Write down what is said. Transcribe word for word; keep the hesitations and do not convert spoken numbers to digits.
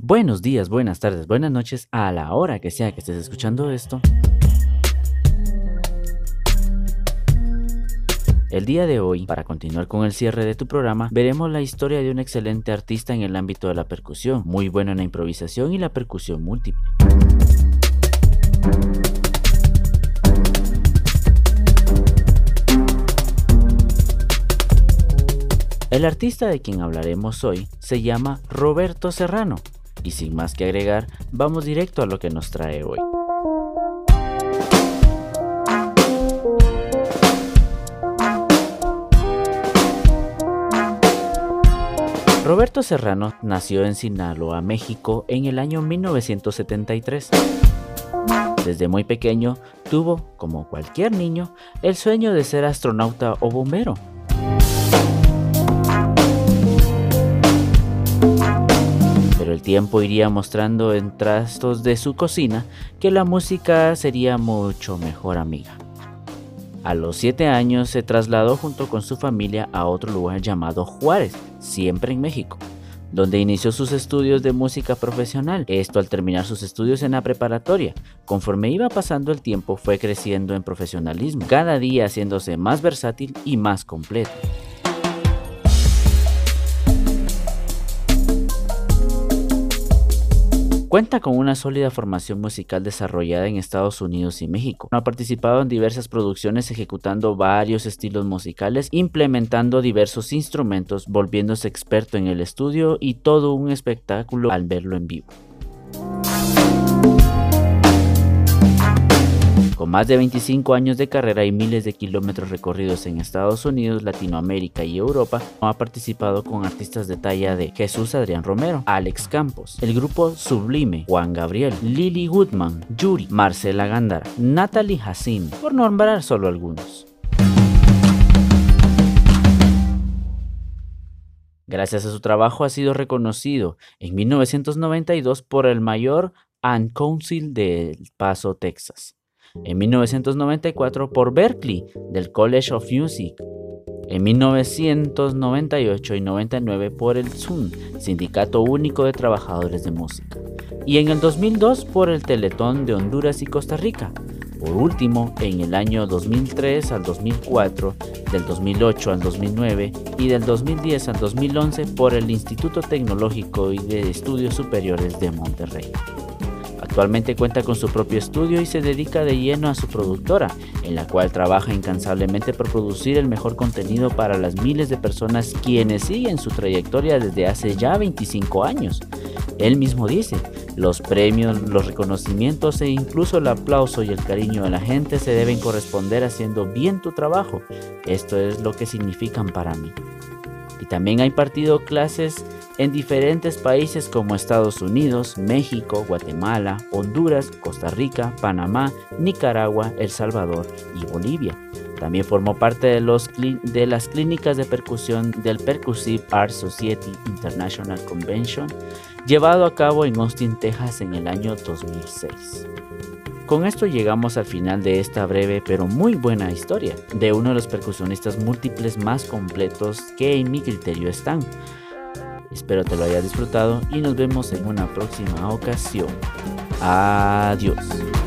Buenos días, buenas tardes, buenas noches, a la hora que sea que estés escuchando esto. El día de hoy, para continuar con el cierre de tu programa, veremos la historia de un excelente artista en el ámbito de la percusión, muy bueno en la improvisación y la percusión múltiple. El artista de quien hablaremos hoy se llama Roberto Serrano, y sin más que agregar, vamos directo a lo que nos trae hoy. Roberto Serrano nació en Sinaloa, México, en el año mil novecientos setenta y tres. Desde muy pequeño tuvo, como cualquier niño, el sueño de ser astronauta o bombero. Pero el tiempo iría mostrando en trastos de su cocina que la música sería mucho mejor amiga. A los siete años se trasladó junto con su familia a otro lugar llamado Juárez, siempre en México, donde inició sus estudios de música profesional, esto al terminar sus estudios en la preparatoria. Conforme iba pasando el tiempo fue creciendo en profesionalismo, cada día haciéndose más versátil y más completo. Cuenta con una sólida formación musical desarrollada en Estados Unidos y México. Ha participado en diversas producciones ejecutando varios estilos musicales, implementando diversos instrumentos, volviéndose experto en el estudio y todo un espectáculo al verlo en vivo. Con más de veinticinco años de carrera y miles de kilómetros recorridos en Estados Unidos, Latinoamérica y Europa, ha participado con artistas de talla de Jesús Adrián Romero, Alex Campos, el grupo Sublime, Juan Gabriel, Lily Goodman, Yuri, Marcela Gándara, Natalie Hassin, por nombrar solo algunos. Gracias a su trabajo ha sido reconocido en mil novecientos noventa y dos por el Mayor and Council de El Paso, Texas. En mil novecientos noventa y cuatro por Berklee del College of Music, en mil novecientos noventa y ocho y noventa y nueve por el S U N, Sindicato Único de Trabajadores de Música, y en el dos mil dos por el Teletón de Honduras y Costa Rica. Por último, en el año dos mil tres al dos mil cuatro, del dos mil ocho al dos mil nueve y del dos mil diez al dos mil once por el Instituto Tecnológico y de Estudios Superiores de Monterrey. Actualmente cuenta con su propio estudio y se dedica de lleno a su productora, en la cual trabaja incansablemente por producir el mejor contenido para las miles de personas quienes siguen su trayectoria desde hace ya veinticinco años. Él mismo dice, los premios, los reconocimientos e incluso el aplauso y el cariño de la gente se deben corresponder haciendo bien tu trabajo. Esto es lo que significan para mí. Y también ha impartido clases en diferentes países como Estados Unidos, México, Guatemala, Honduras, Costa Rica, Panamá, Nicaragua, El Salvador y Bolivia. También formó parte de, los de las clínicas de percusión del Percussive Art Society International Convention, llevado a cabo en Austin, Texas en el año dos mil seis. Con esto llegamos al final de esta breve pero muy buena historia de uno de los percusionistas múltiples más completos que en mi criterio están. Espero te lo hayas disfrutado y nos vemos en una próxima ocasión. Adiós.